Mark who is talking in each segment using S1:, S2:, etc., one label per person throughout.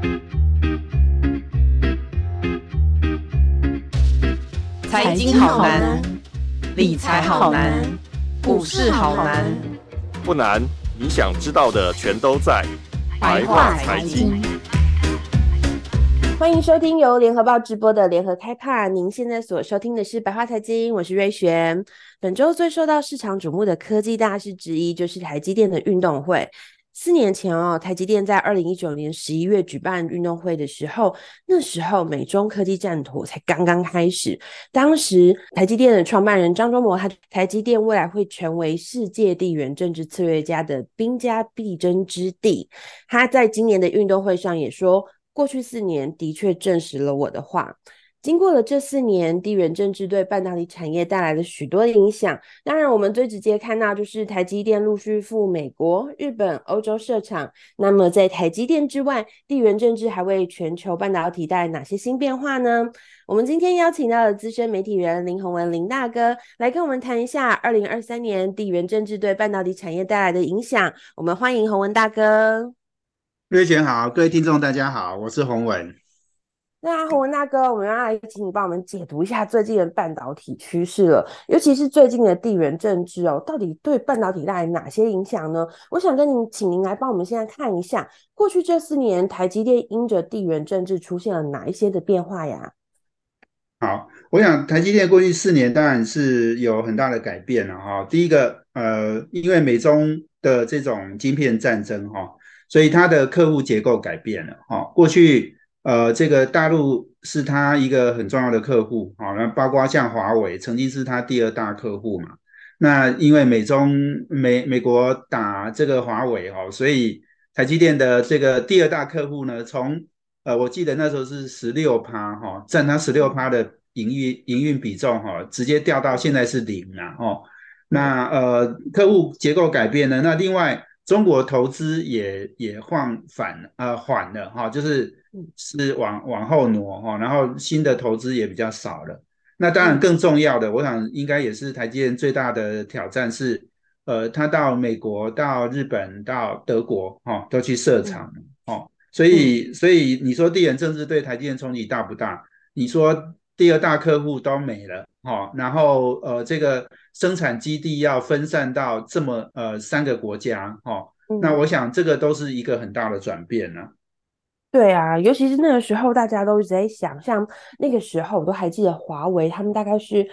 S1: 财经好难，理财好难，股市好难。
S2: 不难，你想知道的全都在白话财经。
S3: 欢迎收听由联合报直播的联合开趴，您现在所收听的是白话财经，我是瑞璇。本周最受到市场瞩目的科技大事之一就是台积电的运动会。4年前台积电在2019年11月举办运动会的时候，那时候美中科技战坨才刚刚开始。当时台积电的创办人张忠谋，台积电未来会成为世界地缘政治策略家的兵家必争之地。他在今年的运动会上也说，过去4年的确证实了我的话。经过了这4年，地缘政治对半导体产业带来了许多的影响。当然，我们最直接看到就是台积电陆续赴美国、日本、欧洲设厂。那么在台积电之外，地缘政治还为全球半导体带来哪些新变化呢？我们今天邀请到了资深媒体人林宏文林大哥来跟我们谈一下2023年地缘政治对半导体产业带来的影响。我们欢迎宏文大哥。
S4: 瑞璇好，各位听众大家好，我是宏文。
S3: 那宏文大哥，我们要来请你帮我们解读一下最近的半导体趋势了，尤其是最近的地缘政治到底对半导体带来哪些影响呢？我想请您来帮我们现在看一下，过去这4年台积电因着地缘政治出现了哪一些的变化呀？
S4: 好，我想台积电过去4年当然是有很大的改变了哈。第一个，因为美中的这种晶片战争所以它的客户结构改变了哈。过去这个大陆是他一个很重要的客户那包括像华为曾经是他第2大客户嘛。那因为美国打这个华为所以台积电的这个第2大客户呢，从我记得那时候是16%占他16%的营运比重直接掉到现在是0啦那客户结构改变了，那另外中国投资也缓了就是往后挪然后新的投资也比较少了。那当然更重要的，我想应该也是台积电最大的挑战是他到美国、到日本、到德国都去设厂所以你说地缘政治对台积电冲击大不大？你说第2大客户都没了然后这个生产基地要分散到这么3个国家那我想这个都是一个很大的转变啊。
S3: 对啊，尤其是那个时候，大家都一直在想，像那个时候我都还记得华为，他们大概是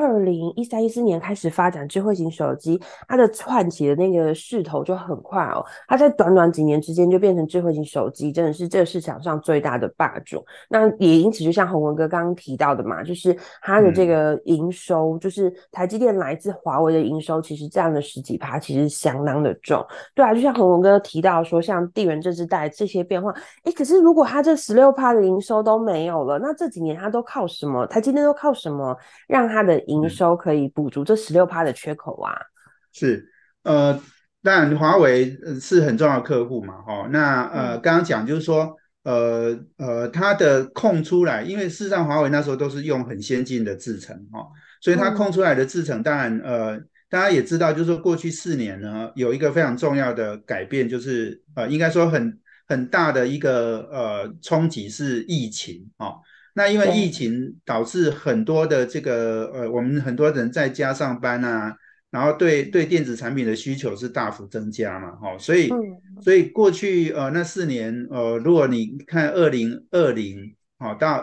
S3: 2013-14年开始发展智慧型手机，它的窜起的那个势头就很快它在短短几年之间就变成智慧型手机，真的是这个市场上最大的霸主。那也因此，就像宏文哥刚刚提到的嘛，就是它的这个营收，就是台积电来自华为的营收，其实占了10几%，其实相当的重。对啊，就像宏文哥提到说，像地缘政治带来这些变化，可是如果他这16%的营收都没有了，那这几年他都靠什么？台积电都靠什么让他的营收可以补足这16%的缺口啊？
S4: 是，当然华为是很重要的客户嘛，那刚刚讲就是说，它的空出来，因为事实上华为那时候都是用很先进的制程所以它空出来的制程，当然大家也知道，就是说过去4年呢，有一个非常重要的改变，就是应该说很大的一个冲击是疫情那因为疫情导致很多的这个我们很多人在家上班啊，然后对电子产品的需求是大幅增加嘛所以过去那4年如果你看2020到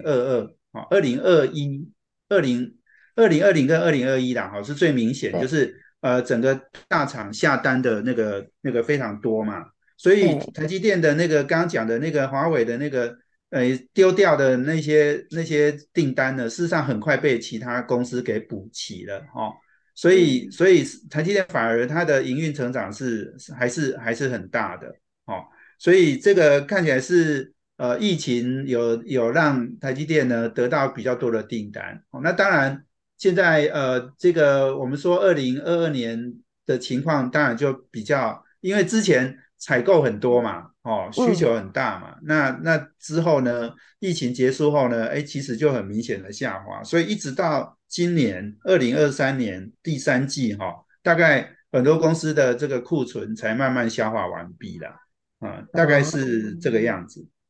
S4: 20222021跟2021啦是最明显，就是整个大厂下单的那个非常多嘛。所以台积电的那个刚刚讲的那个华为的那个丢掉的那些订单呢，事实上很快被其他公司给补齐了所以台积电反而它的营运成长还是很大的所以这个看起来是疫情有让台积电呢得到比较多的订单那当然现在这个我们说2022年的情况当然就比较，因为之前采购很多嘛需求很大嘛那之后呢疫情结束后呢其实就很明显的下滑，所以一直到今年2023年第3季大概很多公司的这个库存才慢慢消化完毕了大概是这个样子。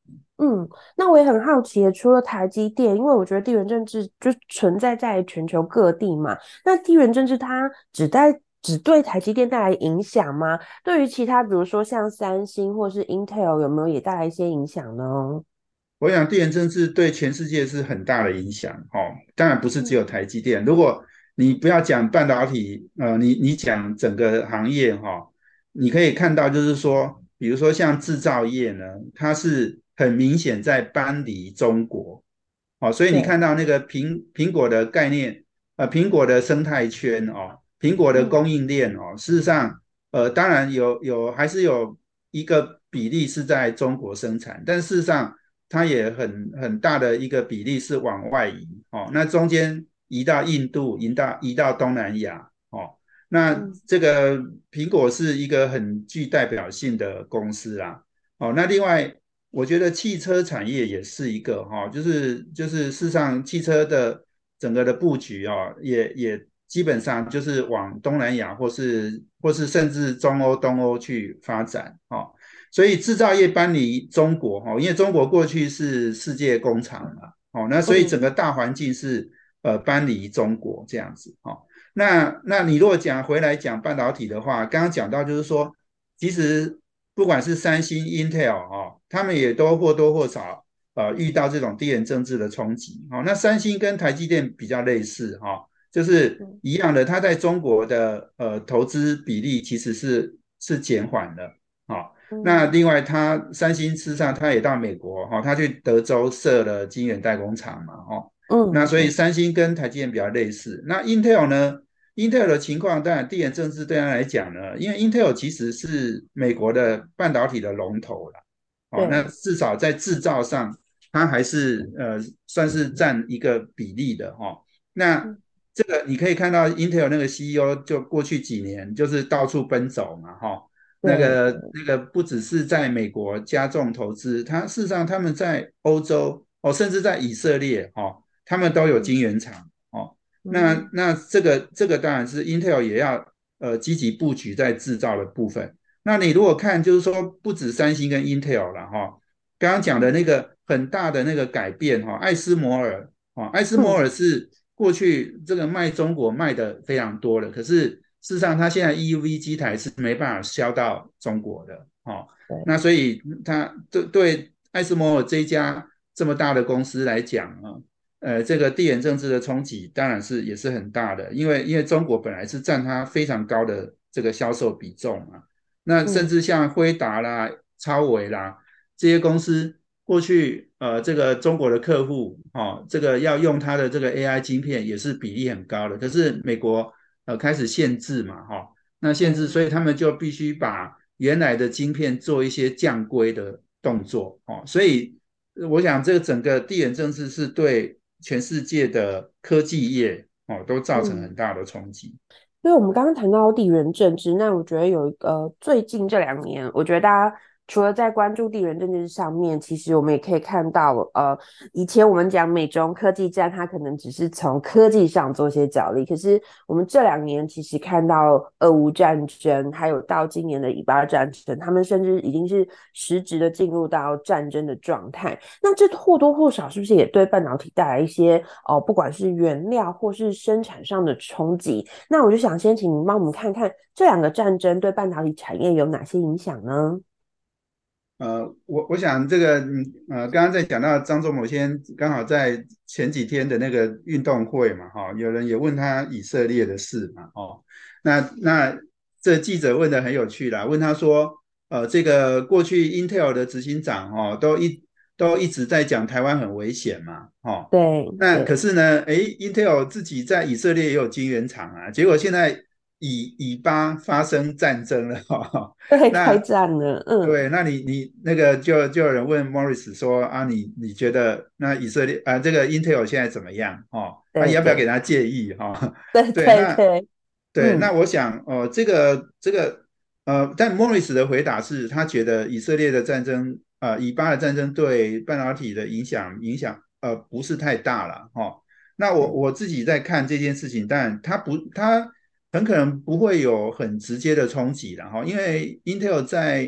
S3: 那我也很好奇耶，除了台积电，因为我觉得地缘政治就存在在全球各地嘛，那地缘政治它只对台积电带来影响吗？对于其他，比如说像三星或是 Intel，有没有也带来一些影响呢？
S4: 我想地缘政治对全世界是很大的影响，当然不是只有
S3: 嗯，
S4: 台积电。如果你不要讲半导体，你讲整个行业你可以看到就是说，比如说像制造业呢，它是很明显在搬离中国，所以你
S3: 对，
S4: 看到那个苹果的概念，苹果的生态圈苹果的
S3: 嗯
S4: 供应链事实上，当然还是有一个比例是在中国生产，但事实上它也很大的一个比例是往外移那中间移到印度，移到东南亚那
S3: 嗯
S4: 这个苹果是一个很具代表性的公司啦那另外我觉得汽车产业也是一个就是事实上汽车的整个的布局也基本上就是往东南亚或是甚至中欧、东欧去发展所以制造业搬离中国因为中国过去是世界工厂嘛那所以整
S3: 嗯，
S4: 个大环境是搬离中国这样子那你如果回来讲半导体的话，刚刚讲到就是说，其实不管是三星、Intel 他们也都或多或少遇到这种地缘政治的冲击那三星跟台积电比较类似就是
S3: 嗯
S4: 一样的，它在中国的投资比例其实是减缓的那
S3: 嗯
S4: 另外，三星事实上它也到美国它去德州设了晶圆代工厂嘛那所以
S3: 对，
S4: 三星跟台积电比较类似。那 Intel 呢？Intel 的情况当然地缘政治对它来讲呢，因为 Intel 其实是美国的半导体的龙头了那
S3: 对，
S4: 至少在制造上，它还是算是占一个比例的那
S3: 嗯
S4: 这个你可以看到 Intel 那个 CEO 就过去几年就是到处奔走嘛那
S3: 对，
S4: 个那个不只是在美国加重投资，事实上他们在欧洲甚至在以色列他们都有
S3: 嗯
S4: 晶圆厂
S3: 嗯
S4: 那这个当然是 Intel 也要积极布局在制造的部分。那你如果看就是说不止三星跟 Intel 了刚刚讲的
S3: 嗯
S4: 那个很大的那个改变艾斯摩尔艾斯摩
S3: 嗯，
S4: 尔是过去这个卖中国卖的非常多的，可是事实上它现在 EUV 机台是没办法销到中国的
S3: 对，
S4: 那所以它对艾斯摩尔这一家这么大的公司来讲这个地缘政治的冲击当然也是很大的，因为中国本来是占它非常高的这个销售比重那甚
S3: 嗯
S4: 至像辉达啦、超微啦这些公司，过去这个中国的客户这个要用它的这个 AI 晶片也是比例很高的，可是美国开始限制嘛那限制，
S3: 对。
S4: 所以他们就必须把原来的晶片做一些降规的动作所以我想这个整个地缘政治是对全世界的科技业都造成很
S3: 嗯，
S4: 大的冲击。
S3: 因为我们刚刚谈到地缘政治，那我觉得有一个最近这2年，我觉得大家除了在关注地缘政治上面，其实我们也可以看到，以前我们讲美中科技战，它可能只是从科技上做一些角力，可是我们这2年其实看到俄乌战争，还有到今年的以巴战争，他们甚至已经是实质的进入到战争的状态。那这或多或少是不是也对半导体带来一些不管是原料或是生产上的冲击？那我就想先请您帮我们看看这2个战争对半导体产业有哪些影响呢？
S4: 我想这个刚刚在讲到张忠谋先刚好在前几天的那个运动会嘛有人也问他以色列的事嘛那这记者问的很有趣啦，问他说这个过去 Intel 的执行长都一直在讲台湾很危险嘛
S3: 对
S4: 那可
S3: 对
S4: 是呢Intel 自己在以色列也有晶圆厂结果现在以巴发生战争了
S3: 对，开
S4: 那
S3: 战了，
S4: 对，那你那个就有人问 Morris 说你觉得那以色列这个 Intel 现在怎么样要不要给
S3: 对对
S4: 他建议
S3: 对
S4: 对，那
S3: 嗯
S4: 我想这个但 Morris 的回答是他觉得以色列的战争以巴的战争对半导体的影响不是太大了那我自己在看这件事情，当然他很可能不会有很直接的冲击了因为 Intel 在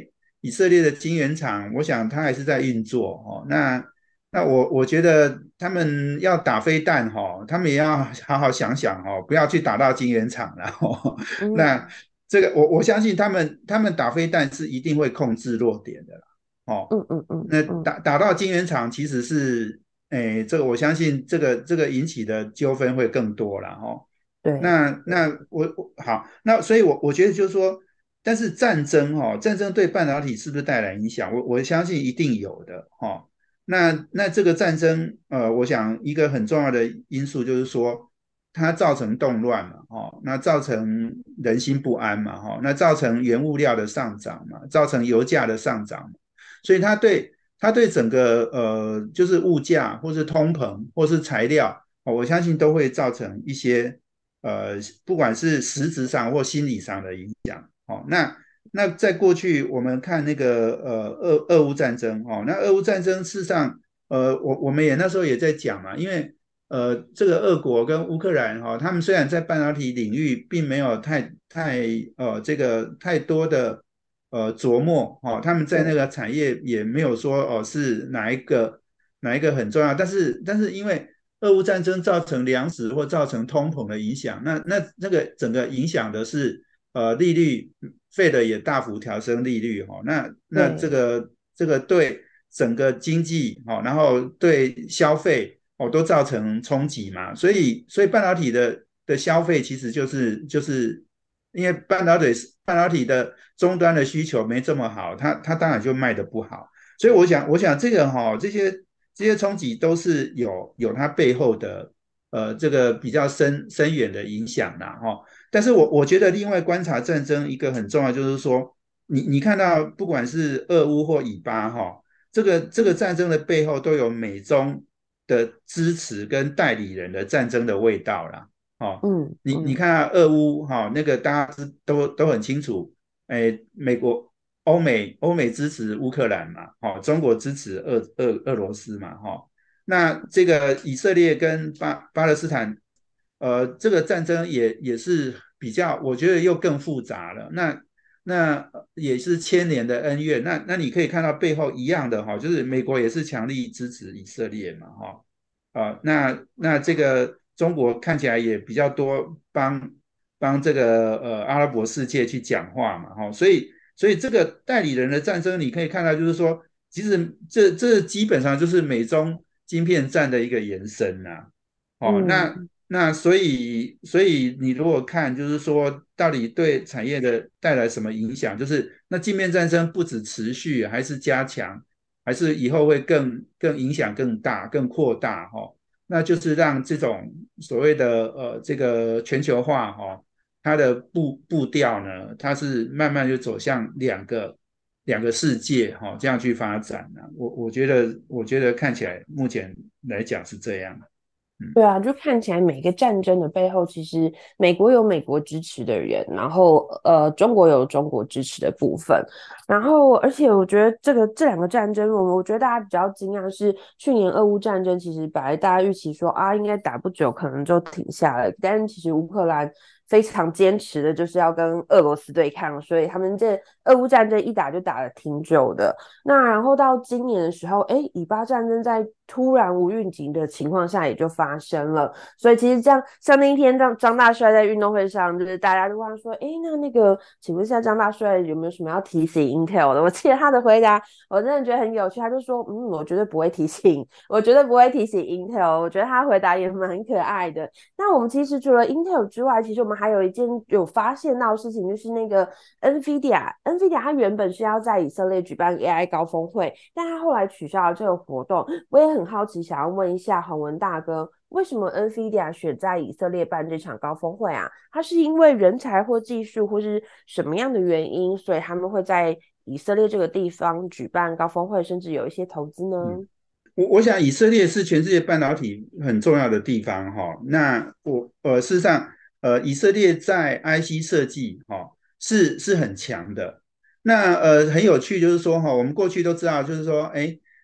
S4: 以色列的晶圆厂，我想它还是在运作那我觉得他们要打飞弹他们也要好好想想不要去打到晶圆厂了那这个我相信他们打飞弹是一定会控制弱点的啦那打到晶圆厂其实是这个我相信这个引起的纠纷会更多了
S3: 对，
S4: 那好，那所以我觉得就是说，但是战争对半导体是不是带来影响？我相信一定有的那这个战争我想一个很重要的因素就是说，它造成动乱嘛那造成人心不安嘛那造成原物料的上涨嘛，造成油价的上涨嘛，所以它对整个就是物价或是通膨或是材料我相信都会造成一些不管是实质上或心理上的影响那在过去我们看那个俄乌战争那俄乌战争事实上我们也那时候也在讲嘛，因为这个俄国跟乌克兰他们虽然在半导体领域并没有这个太多的琢磨他们在那个产业也没有说是哪一个很重要，但是因为俄乌战争造成粮食或造成通膨的影响，那个整个影响的是利率，Fed 也大幅调升利率那这个对整个经济然后对消费都造成冲击嘛，所以半导体的消费其实就是因为半导体的终端的需求没这么好，它当然就卖得不好，所以我想这个这些冲击都是有它背后的这个比较深远的影响啦但是我觉得另外观察战争一个很重要就是说，你看到不管是俄乌或以巴这个战争的背后都有美中的支持跟代理人的战争的味道啦你看俄乌那个大家都很清楚美国欧美支持乌克兰嘛中国支持俄罗斯嘛那这个以色列跟巴勒斯坦这个战争也是比较我觉得又更复杂了那也是千年的恩怨那你可以看到背后一样的就是美国也是强力支持以色列嘛那这个中国看起来也比较多帮这个阿拉伯世界去讲话嘛所以这个代理人的战争你可以看到就是说其实这基本上就是美中晶片战的一个延伸那所以你如果看就是说到底对产业的带来什么影响，就是那晶片战争不止持续还是加强，还是以后会更影响更大更扩大那就是让这种所谓的这个全球化它的步调呢，它是慢慢就走向两个世界这样去发展我觉得看起来目前来讲是这样。
S3: 对啊，就看起来每个战争的背后，其实美国有美国支持的人，然后中国有中国支持的部分，然后而且我觉得这两个战争，我觉得大家比较惊讶是去年俄乌战争，其实本来大家预期说应该打不久，可能就停下了，但是其实乌克兰非常坚持的就是要跟俄罗斯对抗，所以他们这俄乌战争一打就打了挺久的。那然后到今年的时候，以巴战争在突然无预警的情况下也就发生了，所以其实这样像那一天张大帅在运动会上，就是大家就问说，那个请问一下张大帅有没有什么要提醒 Intel 的？我记得他的回答，我真的觉得很有趣，他就说，我绝对不会提醒，我绝对不会提醒 Intel， 我觉得他回答也蛮可爱的。那我们其实除了 Intel 之外，其实我们还有一件有发现到的事情，就是那个 NVIDIA 它原本是要在以色列举办 AI 高峰会，但它后来取消了这个活动。我也很好奇，想要问一下洪文大哥，为什么 NVIDIA 选在以色列办这场高峰会啊？它是因为人才或技术或是什么样的原因，所以他们会在以色列这个地方举办高峰会，甚至有一些投资呢？
S4: 我想以色列是全世界半导体很重要的地方那事实上以色列在 IC 设计是很强的。那很有趣就是说我们过去都知道就是说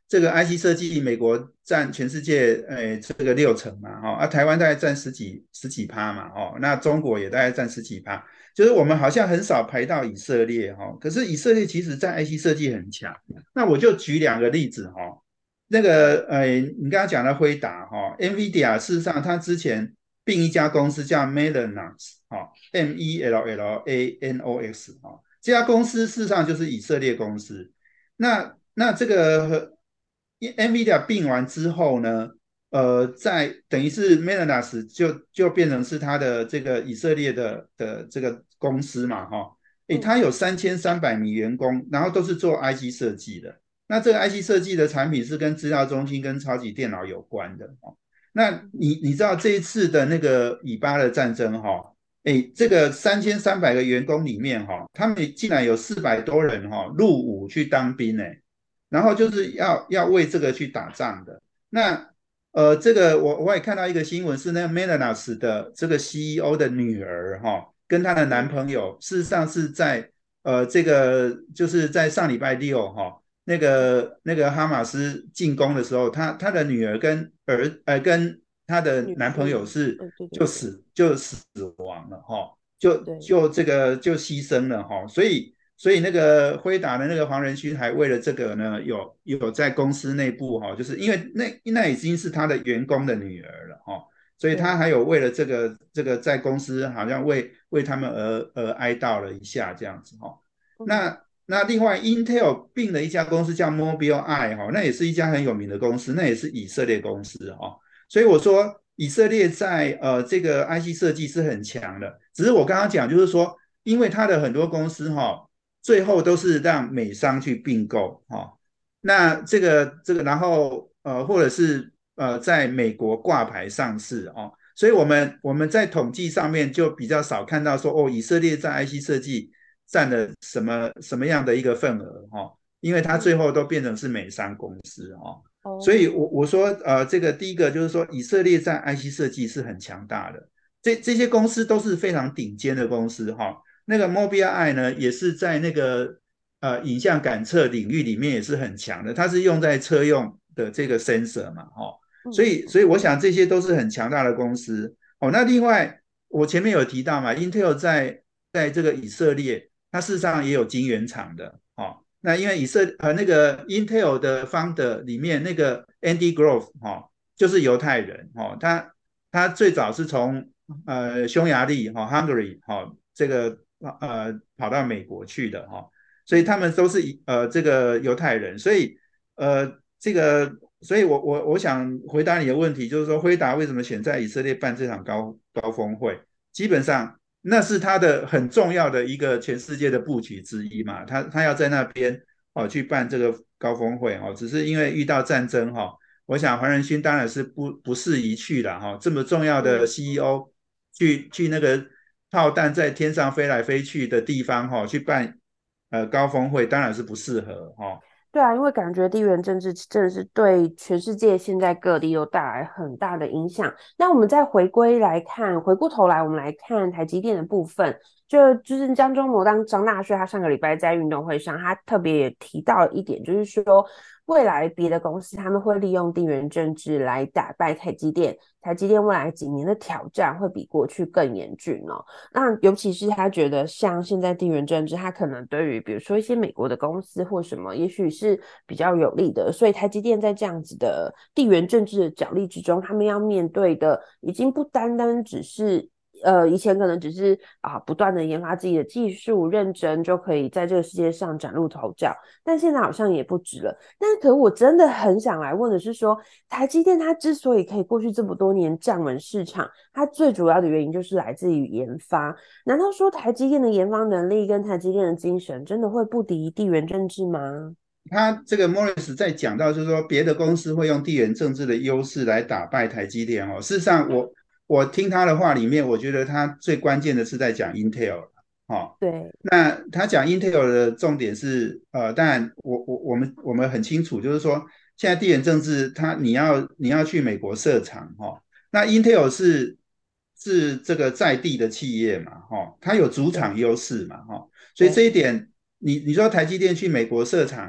S4: 这个 IC 设计，美国占全世界这个60%嘛，台湾大概占十几%嘛，那中国也大概占十几%，就是我们好像很少排到以色列，可是以色列其实在 IC 设计很强。那我就举2个例子，那个你刚刚讲的辉达，NVIDIA 事实上它之前并一家公司叫 Mellanox MELLANOX 这家公司事实上就是以色列公司。那这个 NVIDIA 并完之后呢，在等于是 Mellanox 就变成是它的这个以色列的这个公司嘛，它有3300名员工，然后都是做 IC 设计的。那这个 IC 设计的产品是跟资料中心跟超级电脑有关的。那你知道这一次的那个以巴的战争这个3300个员工里面他们竟然有400多人入伍去当兵，然后就是要为这个去打仗的。那这个我也看到一个新闻，是那个 Mellanox 的这个 CEO 的女儿跟她的男朋友，事实上是在这个就是在上礼拜六那个哈马斯进攻的时候，她的女儿跟她的男朋友就死亡了就这个就牺牲了所以那个辉达的那个黄仁勋还为了这个呢，有在公司内部就是因为那已经是他的员工的女儿了所以他还有为了这个在公司好像为他们而哀悼了一下这样子那另外 Intel 并了一家公司叫 Mobileye 那也是一家很有名的公司，那也是以色列公司所以我说以色列在这个 IC 设计是很强的，只是我刚刚讲就是说，因为它的很多公司最后都是让美商去并购那这个然后或者是在美国挂牌上市所以我们在统计上面就比较少看到说以色列在 IC 设计占了什么样的一个份额因为它最后都变成是美商公司所以我说这个第一个就是说以色列在 IC 设计是很强大的，这些公司都是非常顶尖的公司那个 Mobileye 呢也是在那个影像感测领域里面也是很强的，它是用在车用的这个 sensor 嘛所以我想这些都是很强大的公司那另外我前面有提到嘛 Intel 在这个以色列它事实上也有晶圆厂的那因为那个 Intel 的 founder 里面那个 Andy Grove 就是犹太人他最早是从匈牙利Hungary 这个跑到美国去的所以他们都是这个犹太人，所以所以我想回答你的问题，就是说辉达为什么选在以色列办这场高峰会，基本上那是他的很重要的一个全世界的布局之一嘛，他要在那边去办这个高峰会只是因为遇到战争我想黄仁勋当然是不适宜去了这么重要的 CEO 去那个炮弹在天上飞来飞去的地方去办高峰会当然是不适合
S3: 对啊，因为感觉地缘政治真的是对全世界现在各地都带来很大的影响。那我们再回过头来，我们来看台积电的部分。就是张忠谋张大帅，他上个礼拜在运动会上，他特别也提到一点，就是说未来别的公司他们会利用地缘政治来打败台积电，台积电未来几年的挑战会比过去更严峻那尤其是他觉得像现在地缘政治，他可能对于比如说一些美国的公司或什么，也许是比较有利的，所以台积电在这样子的地缘政治的角力之中，他们要面对的已经不单单只是以前可能只是不断的研发自己的技术，认真就可以在这个世界上崭露头角，但现在好像也不止了。但可我真的很想来问的是说，台积电它之所以可以过去这么多年站稳市场，它最主要的原因就是来自于研发。难道说台积电的研发能力跟台积电的精神真的会不敌地缘政治吗？
S4: 他这个 Morris 在讲到就是说别的公司会用地缘政治的优势来打败台积电事实上我听他的话里面，我觉得他最关键的是在讲 Intel
S3: 对，
S4: 那他讲 Intel 的重点是当然我们很清楚，就是说现在地缘政治你要去美国设厂那 Intel 是这个在地的企业嘛它有主场优势嘛所以这一点你说台积电去美国设厂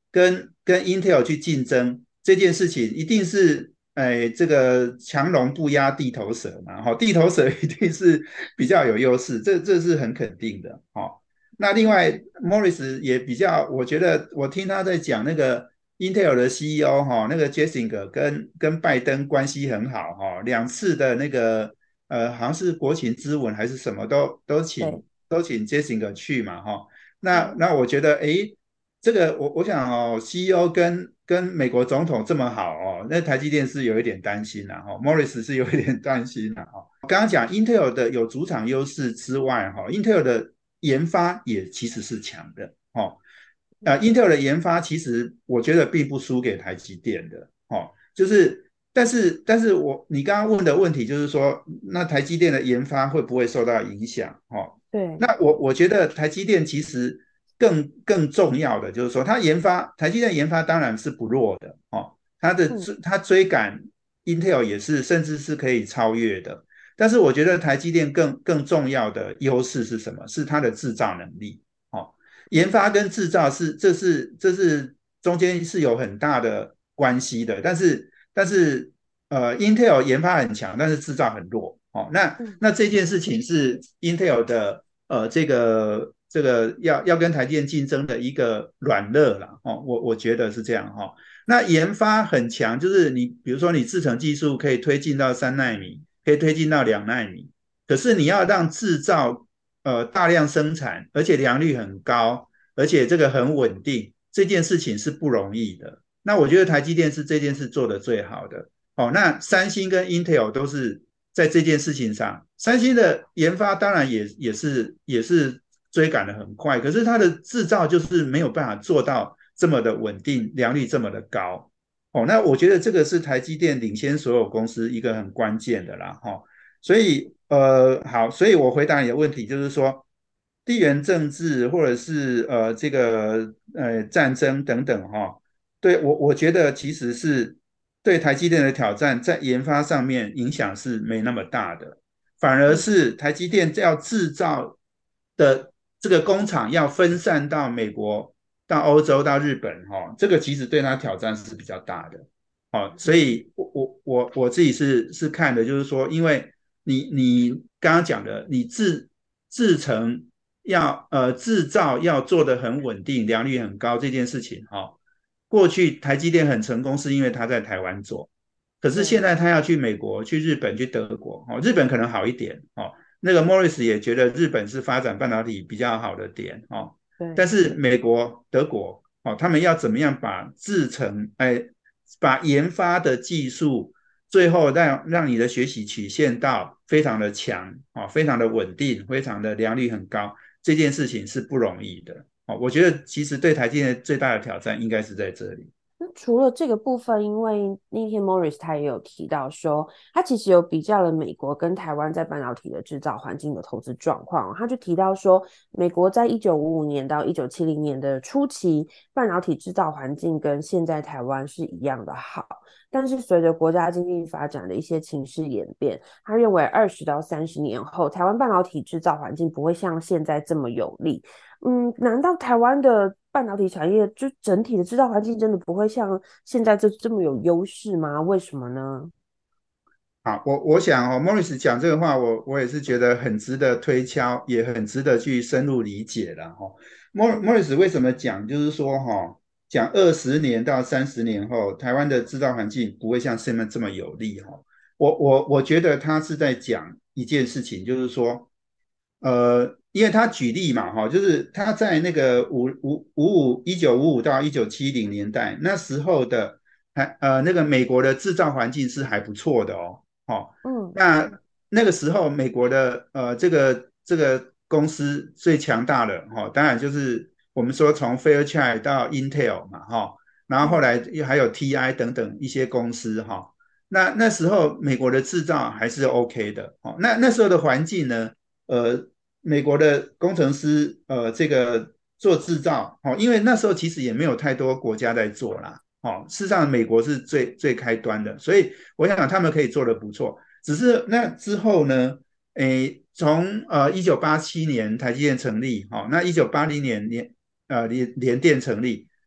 S4: 跟 Intel 去竞争这件事情，一定是这个强龙不压地头蛇嘛，地头蛇一定是比较有优势，这是很肯定的。那另外 Morris 也比较，我觉得我听他在讲那个 Intel 的 CEO 那个 Jessinger 跟拜登关系很好2次的那个好像是国情咨文还是什么都请 Jessinger 去嘛那我觉得这个我想CEO 跟美国总统这么好那台积电是有一点担心啦Morris 是有一点担心啦刚刚讲 Intel 的有主场优势之外Intel 的研发也其实是强的Intel 的研发其实我觉得并不输给台积电的就是但是你刚刚问的问题就是说，那台积电的研发会不会受到影响
S3: 对，
S4: 那我觉得台积电其实更重要的就是说，台积电研发当然是不弱的它追赶 Intel 也是甚至是可以超越的，但是我觉得台积电更重要的优势是什么？是它的制造能力研发跟制造这是中间是有很大的关系的，但是Intel 研发很强，但是制造很弱那这件事情是 Intel 的这个要跟台积电竞争的一个软肋啦我觉得是这样那研发很强，就是你比如说你制程技术可以推进到3奈米，可以推进到2奈米，可是你要让制造大量生产，而且良率很高，而且这个很稳定，这件事情是不容易的。那我觉得台积电是这件事做得最好的那三星跟 Intel 都是在这件事情上，三星的研发当然也是追赶得很快，可是它的制造就是没有办法做到这么的稳定，良率这么的高那我觉得这个是台积电领先所有公司一个很关键的啦所以好，所以我回答你的问题就是说，地缘政治或者是这个战争等等对我觉得其实是对台积电的挑战，在研发上面影响是没那么大的，反而是台积电要制造的这个工厂要分散到美国、到欧洲、到日本这个其实对它挑战是比较大的所以我自己是看的，就是说，因为你刚刚讲的，你制程制造要做得很稳定，良率很高这件事情过去台积电很成功是因为它在台湾做，可是现在它要去美国、去日本、去德国日本可能好一点那个 Morris 也觉得日本是发展半导体比较好的点但是美国、德国他们要怎么样把制程把研发的技术最后让你的学习曲线到非常的强非常的稳定，非常的良率很高，这件事情是不容易的我觉得其实对台积电最大的挑战应该是在这里。
S3: 那除了这个部分，因为那天 Morris 他也有提到说，他其实有比较了美国跟台湾在半导体的制造环境的投资状况。他就提到说，美国在1955年到1970年的初期，半导体制造环境跟现在台湾是一样的好，但是随着国家经济发展的一些情势演变，他认为20到30年后，台湾半导体制造环境不会像现在这么有利。难道台湾的半导体产业就整体的制造环境真的不会像现在这么有优势吗？为什么呢？
S4: 好，我想Morris 讲这个话，我也是觉得很值得推敲，也很值得去深入理解了Morris 为什么讲，就是说讲20年到30年后，台湾的制造环境不会像现在这么有利我觉得他是在讲一件事情，就是说因为他举例嘛就是他在那个1955到1970年代那时候的那个美国的制造环境是还不错的那个时候美国的这个公司最强大的当然就是我们说从 Fairchild 到 Intel 嘛然后后来还有 TI 等等一些公司那时候美国的制造还是 OK 的那时候的环境呢美国的工程师这个做制造因为那时候其实也没有太多国家在做啦事实上美国是最开端的，所以我想他们可以做得不错，只是那之后呢从1987年台积电成立那1980年联电成立，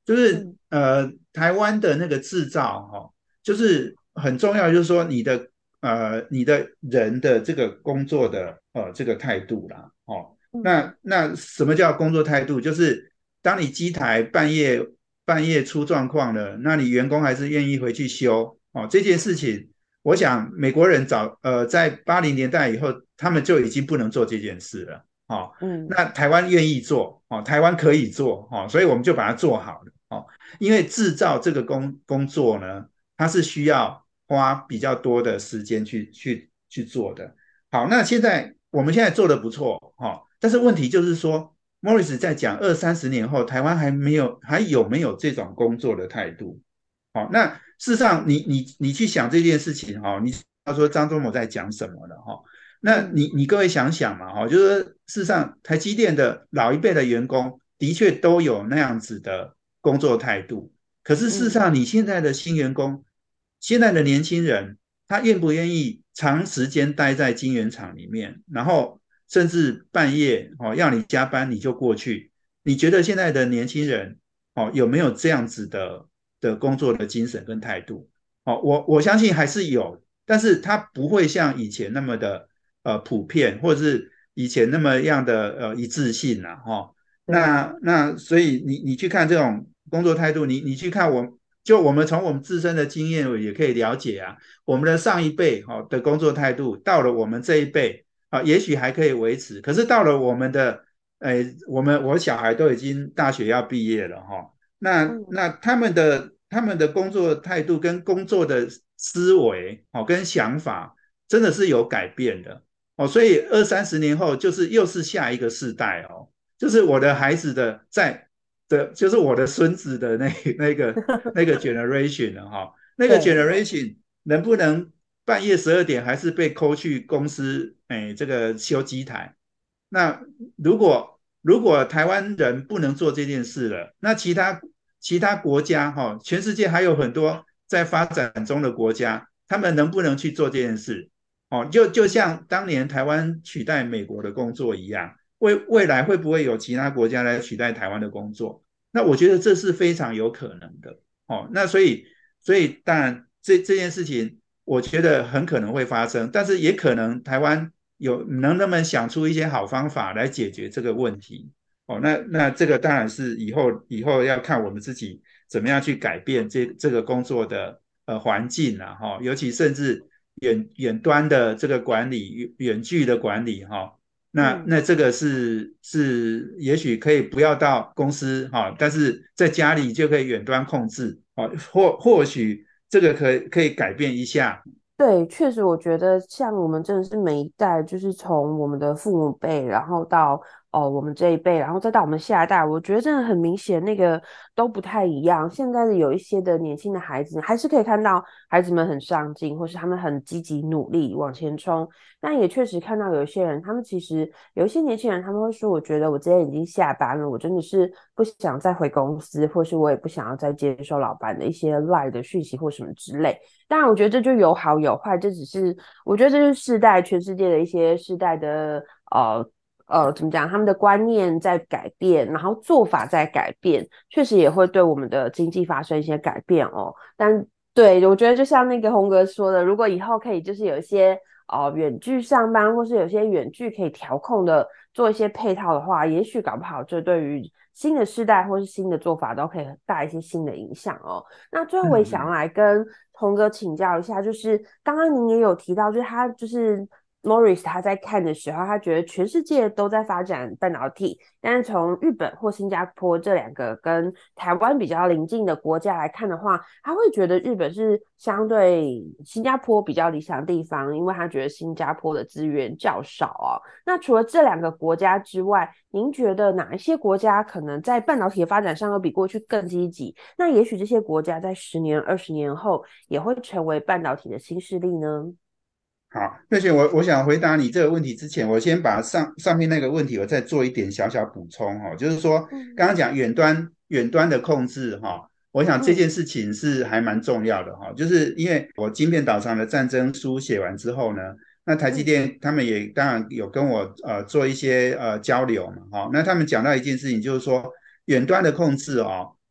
S4: 就是台湾的那个制造就是很重要，就是说你的人的这个工作的这个态度啦那什么叫工作态度？就是当你机台半夜出状况了，那你员工还是愿意回去修这件事情，我想美国人在80年代以后，他们就已经不能做这件事了那台湾愿意做台湾可以做所以我们就把它做好了因为制造这个工作呢，它是需要花比较多的时间去做的。好，那我们现在做的不错但是问题就是说，Morris 在讲20-30年后，台湾还有没有这种工作的态度？那事实上你去想这件事情你要说张忠谋在讲什么了那你各位想想嘛就是事实上台积电的老一辈的员工的确都有那样子的工作态度，可是事实上你现在的新员工，现在的年轻人，他愿不愿意长时间待在晶圆厂里面，然后甚至半夜要你加班你就过去？你觉得现在的年轻人有没有这样子的工作的精神跟态度我相信还是有，但是他不会像以前那么的普遍，或者是以前那么样的一致性那所以你去看这种工作态度，你去看我们从我们自身的经验也可以了解我们的上一辈的工作态度，到了我们这一辈也许还可以维持，可是到了我们的我小孩都已经大学要毕业了那他们的工作态度跟工作的思维跟想法真的是有改变的所以20-30年后又是下一个世代就是我的孩子就是我的孙子的那个generation 了那个 generation 能不能半夜12点还是被call去公司这个修机台？那如果台湾人不能做这件事了，那其他国家全世界还有很多在发展中的国家，他们能不能去做这件事就像当年台湾取代美国的工作一样，未来会不会有其他国家来取代台湾的工作？那我觉得这是非常有可能的那所以当然这件事情我觉得很可能会发生，但是也可能台湾能不能想出一些好方法来解决这个问题那这个当然是以后要看我们自己怎么样去改变这个工作的环境尤其甚至远端的这个管理，远距的管理那这个是也许可以不要到公司但是在家里就可以远端控制或许这个可以改变一下。
S3: 对，确实，我觉得像我们真的是每一代，就是从我们的父母辈，然后到我们这一辈，然后再到我们下一代，我觉得真的很明显，那个都不太一样。现在的有一些的年轻的孩子，还是可以看到孩子们很上进，或是他们很积极努力往前冲。但也确实看到有一些人，他们其实有一些年轻人，他们会说：“我觉得我今天已经下班了，我真的是不想再回公司，或是我也不想要再接受老板的一些赖的讯息或什么之类。”当然，我觉得这就有好有坏，这只是我觉得这是世代全世界的一些世代的怎么讲，他们的观念在改变，然后做法在改变，确实也会对我们的经济发生一些改变但对，我觉得就像那个洪哥说的，如果以后可以就是有一些远距上班，或是有些远距可以调控的做一些配套的话，也许搞不好这对于新的世代或是新的做法都可以带一些新的影响那最后我也想要来跟洪哥请教一下，就是刚刚您也有提到，就是他就是Morris 他在看的时候，他觉得全世界都在发展半导体，但是从日本或新加坡这两个跟台湾比较邻近的国家来看的话，他会觉得日本是相对新加坡比较理想的地方，因为他觉得新加坡的资源较少那除了这两个国家之外，您觉得哪一些国家可能在半导体的发展上又比过去更积极？那也许这些国家在10年、20年后也会成为半导体的新势力呢？
S4: 好，瑞雪，我想回答你这个问题之前，我先把上面那个问题我再做一点小小补充就是说刚刚讲远端的控制我想这件事情是还蛮重要的就是因为我晶片导航的战争书写完之后呢，那台积电他们也当然有跟我做一些交流嘛那他们讲到一件事情，就是说远端的控制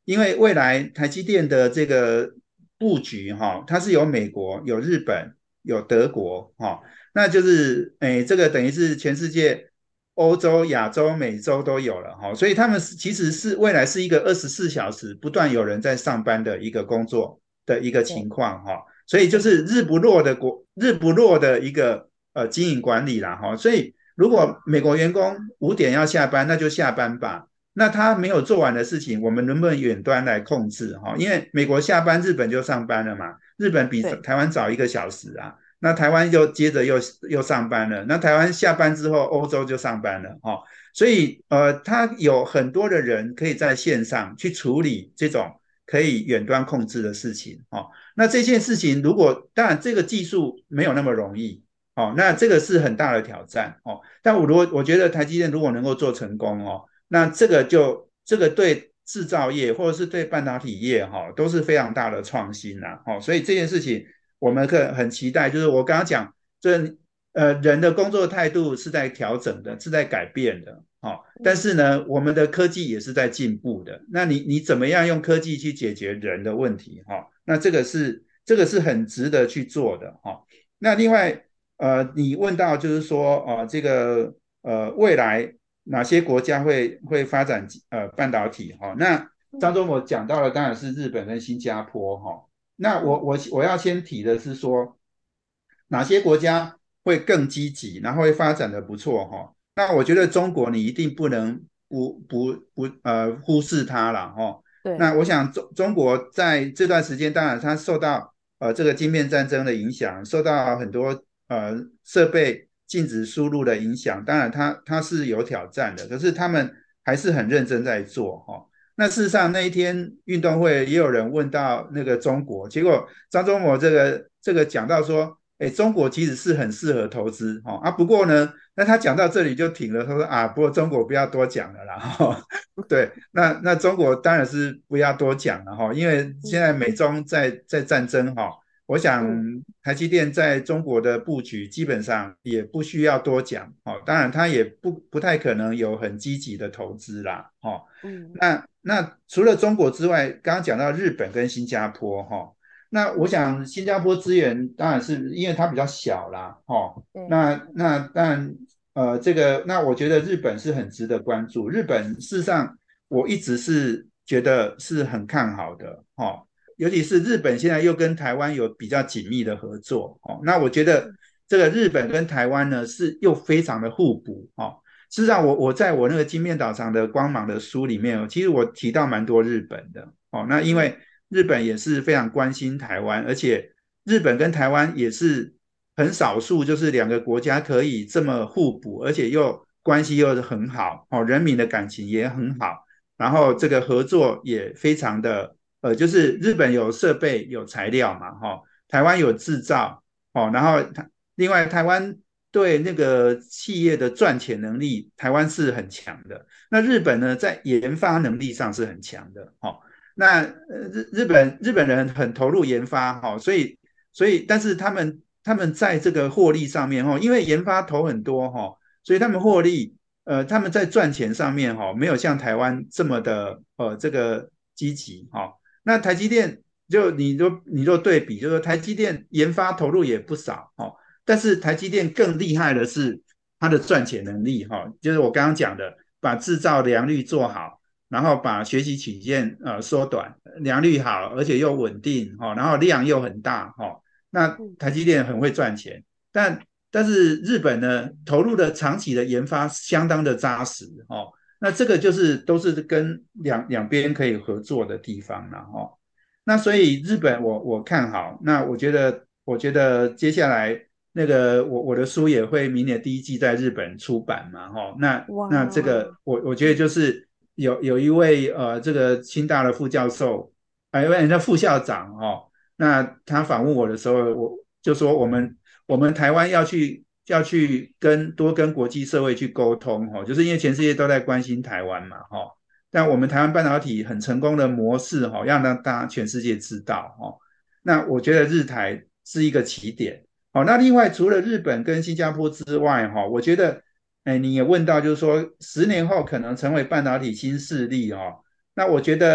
S4: 因为未来台积电的这个布局它是有美国、有日本、有德国那就是这个等于是全世界欧洲、亚洲、美洲都有了所以他们其实是未来是一个24小时不断有人在上班的一个工作的一个情况所以就是日不落的一个经营管理啦所以如果美国员工5点要下班，那就下班吧。那他没有做完的事情，我们能不能远端来控制因为美国下班，日本就上班了嘛，日本比台湾早1个小时啊。那台湾就接着又上班了，那台湾下班之后，欧洲就上班了所以他有很多的人可以在线上去处理这种可以远端控制的事情那这件事情当然这个技术没有那么容易那这个是很大的挑战但我觉得台积电如果能够做成功那这个对制造业或者是对半导体业都是非常大的创新所以这件事情我们很期待，就是我刚刚讲人的工作态度是在调整的，是在改变的但是呢我们的科技也是在进步的，那你怎么样用科技去解决人的问题那这个是很值得去做的那另外你问到就是说这个未来哪些国家会发展半导体那张忠谋讲到了当然是日本跟新加坡那我要先提的是说哪些国家会更积极然后会发展的不错那我觉得中国你一定不能忽视它了那我想中国在这段时间当然它受到这个晶片战争的影响，受到很多设备禁止输入的影响，当然它是有挑战的，可是他们还是很认真在做那事实上那一天运动会也有人问到那个中国，结果张忠谋这个讲到说中国其实是很适合投资不过呢那他讲到这里就停了，他说不过中国不要多讲了啦对，那中国当然是不要多讲了因为现在美中在战争我想台积电在中国的布局基本上也不需要多讲当然他也不太可能有很积极的投资啦那除了中国之外，刚刚讲到日本跟新加坡那我想新加坡资源当然是因为它比较小啦那当然那我觉得日本是很值得关注，日本事实上我一直是觉得是很看好的尤其是日本现在又跟台湾有比较紧密的合作那我觉得这个日本跟台湾呢是又非常的互补事实上我在我那个晶片岛上的光芒的书里面其实我提到蛮多日本的那因为日本也是非常关心台湾，而且日本跟台湾也是很少数就是两个国家可以这么互补，而且又关系又很好人民的感情也很好，然后这个合作也非常的就是日本有设备有材料嘛台湾有制造然后另外台湾对那个企业的赚钱能力台湾是很强的，那日本呢在研发能力上是很强的那日本人很投入研发所以但是他们在这个获利上面因为研发投很多所以他们获利他们在赚钱上面没有像台湾这么的这个积极那台积电你就对比，就是台积电研发投入也不少但是台积电更厉害的是它的赚钱能力就是我刚刚讲的把制造良率做好，然后把学习曲线缩短，良率好而且又稳定然后量又很大那台积电很会赚钱，但是日本呢投入的长期的研发相当的扎实那这个就是都是跟两边可以合作的地方啦那所以日本我看好，那我觉得接下来那个我的书也会明年第1季在日本出版嘛那这个我觉得就是有一位这个清大的副教授那副校长那他访问我的时候我就说我们台湾要去多跟国际社会去沟通就是因为全世界都在关心台湾嘛但我们台湾半导体很成功的模式要让大家全世界知道那我觉得日台是一个起点那另外除了日本跟新加坡之外我觉得你也问到就是说10年后可能成为半导体新势力那我觉得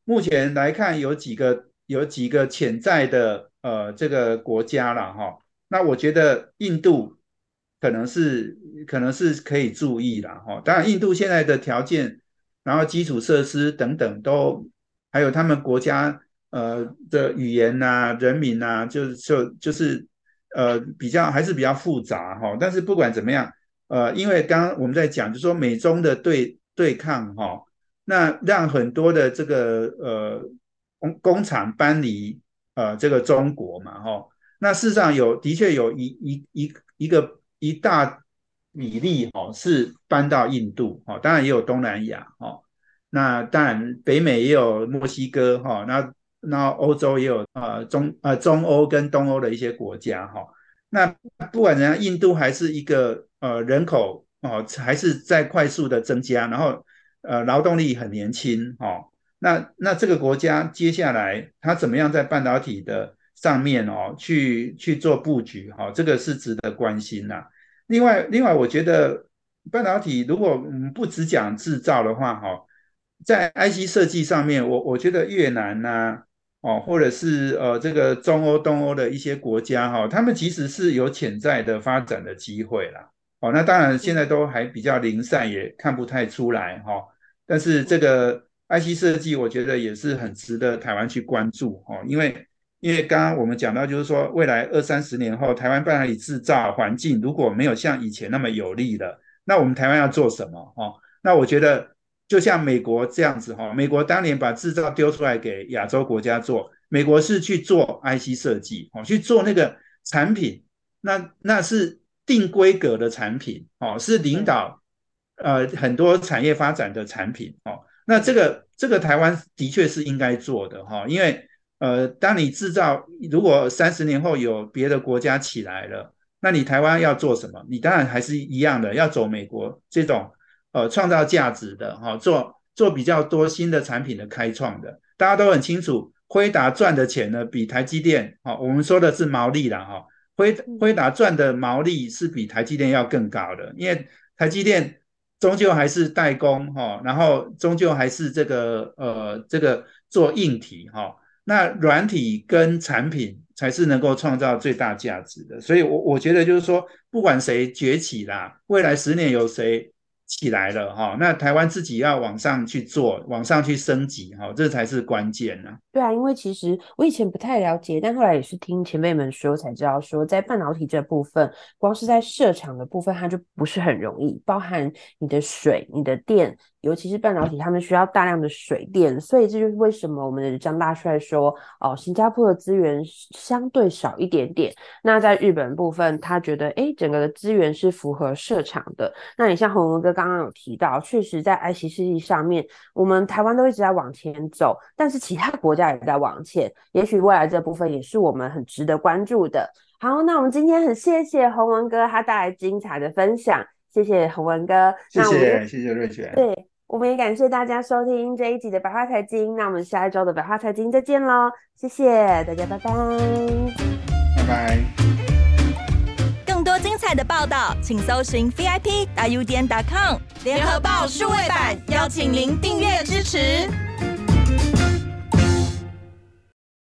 S4: 目前来看有几个潜在的这个国家啦哈。那我觉得印度可能是可以注意啦哈。当然印度现在的条件，然后基础设施等等都，还有他们国家的语言啊、人民啊，就是还是比较复杂哈。但是不管怎么样，因为刚刚我们在讲，就是说美中的对抗哈，那让很多的这个工厂搬离这个中国嘛哈。那事实上的确有一大比例是搬到印度，当然也有东南亚，那当然北美也有墨西哥，那欧洲也有中欧跟东欧的一些国家。那不管怎样，印度还是一个人口还是在快速的增加，然后劳动力很年轻。那这个国家接下来它怎么样在半导体的上面去做布局，这个是值得关心啦。另外我觉得半导体如果不只讲制造的话，在 IC 设计上面，我觉得越南啊或者是这个中欧东欧的一些国家他们其实是有潜在的发展的机会啦。那当然现在都还比较零散，也看不太出来但是这个 IC 设计我觉得也是很值得台湾去关注因为刚刚我们讲到，就是说未来20-30年后，台湾半导体制造环境如果没有像以前那么有利了，那我们台湾要做什么那我觉得就像美国这样子美国当年把制造丢出来给亚洲国家做，美国是去做 IC 设计去做那个产品，那是定规格的产品是领导很多产业发展的产品那这个台湾的确是应该做的因为当你制造如果30年后有别的国家起来了，那你台湾要做什么？你当然还是一样的，要走美国这种创造价值的做比较多新的产品的开创的。大家都很清楚，辉达赚的钱呢比台积电我们说的是毛利啦辉达赚的毛利是比台积电要更高的，因为台积电终究还是代工然后终究还是这个做硬体那软体跟产品才是能够创造最大价值的。所以我觉得就是说不管谁崛起啦，未来10年有谁起来了那台湾自己要往上去做，往上去升级这才是关键啊。
S3: 对啊，因为其实我以前不太了解，但后来也是听前辈们说才知道说，在半导体这部分，光是在设厂的部分它就不是很容易，包含你的水、你的电，尤其是半导体他们需要大量的水电，所以这就是为什么我们的张大帅说新加坡的资源相对少一点点，那在日本部分他觉得整个的资源是符合设厂的。那你像洪文哥刚刚有提到，确实在 IC 设计上面我们台湾都一直在往前走，但是其他国家也在往前，也许未来这部分也是我们很值得关注的。好，那我们今天很谢谢洪文哥他带来精彩的分享，谢谢洪文哥，
S4: 谢谢瑞雪。
S3: 对，我们也感谢大家收听这一集的百花财经，那我们下一周的百花财经再见咯，谢谢大家，拜拜，
S4: 拜拜。
S1: 更多精彩的报道请搜寻 VIP.udn.com 联合报数位版，邀请您订阅支持。